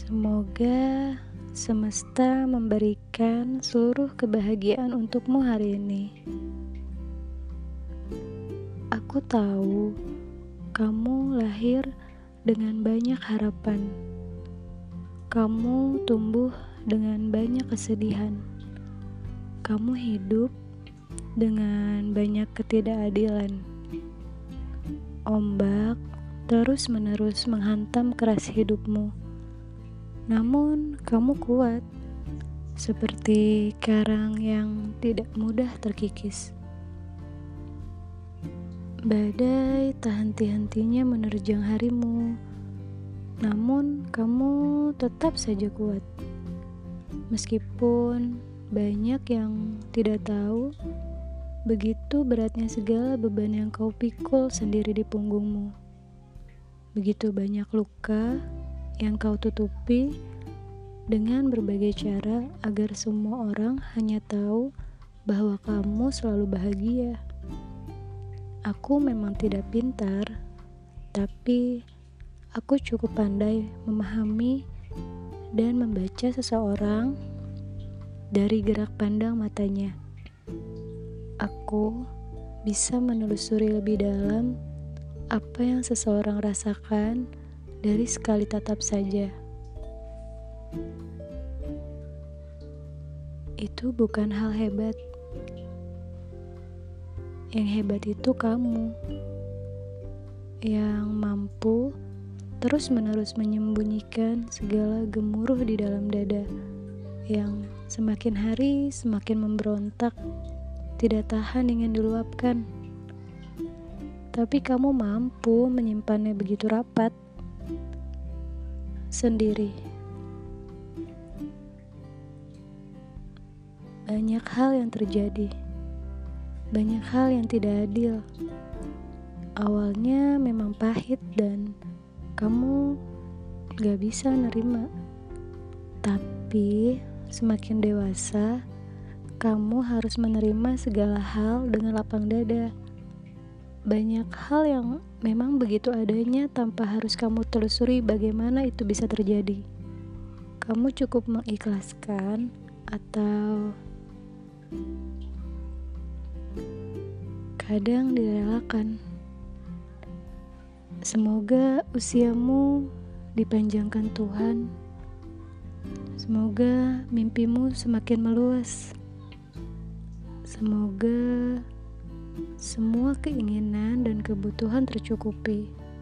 Semoga semesta memberikan seluruh kebahagiaan untukmu hari ini. Aku tahu kamu lahir dengan banyak harapan. Kamu tumbuh dengan banyak kesedihan. Kamu hidup dengan banyak ketidakadilan. Ombak terus-menerus menghantam keras hidupmu. Namun kamu kuat, seperti karang yang tidak mudah terkikis. Badai tak henti-hentinya menerjang harimu, namun kamu tetap saja kuat. Meskipun banyak yang tidak tahu begitu beratnya segala beban yang kau pikul sendiri di punggungmu. Begitu banyak luka yang kau tutupi dengan berbagai cara agar semua orang hanya tahu bahwa kamu selalu bahagia. Aku memang tidak pintar, tapi aku cukup pandai memahami dan membaca seseorang dari gerak pandang matanya. Aku bisa menelusuri lebih dalam apa yang seseorang rasakan dari sekali tatap saja. Itu bukan hal hebat. Yang hebat itu kamu yang mampu terus-menerus menyembunyikan segala gemuruh di dalam dada yang semakin hari semakin memberontak, tidak tahan ingin diluapkan. Tapi kamu mampu menyimpannya begitu rapat sendiri. Banyak hal yang terjadi, banyak hal yang tidak adil. Awalnya memang pahit dan kamu gak bisa nerima. Tapi semakin dewasa, kamu harus menerima segala hal dengan lapang dada. Banyak hal yang memang begitu adanya tanpa harus kamu telusuri bagaimana itu bisa terjadi. Kamu cukup mengikhlaskan atau kadang direlakan. Semoga usiamu dipanjangkan Tuhan. Semoga mimpimu semakin meluas. Semoga semua keinginan dan kebutuhan tercukupi.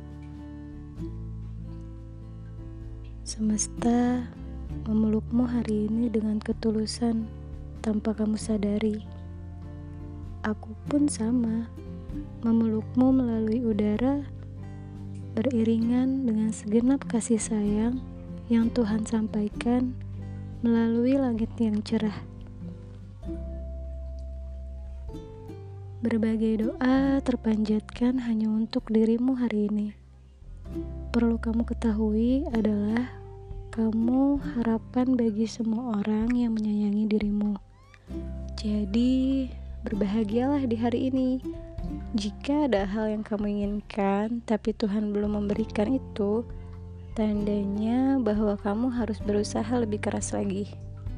Semesta memelukmu hari ini dengan ketulusan tanpa kamu sadari. Aku pun sama, memelukmu melalui udara, beriringan dengan segenap kasih sayang yang Tuhan sampaikan melalui langit yang cerah. Berbagai doa terpanjatkan hanya untuk dirimu hari ini. Perlu kamu ketahui adalah kamu harapan bagi semua orang yang menyayangi dirimu. Jadi, berbahagialah di hari ini. Jika ada hal yang kamu inginkan, tapi Tuhan belum memberikan itu, tandanya bahwa kamu harus berusaha lebih keras lagi.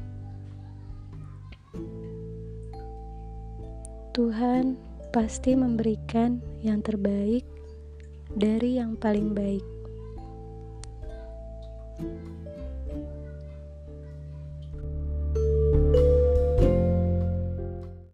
Tuhan pasti memberikan yang terbaik dari yang paling baik.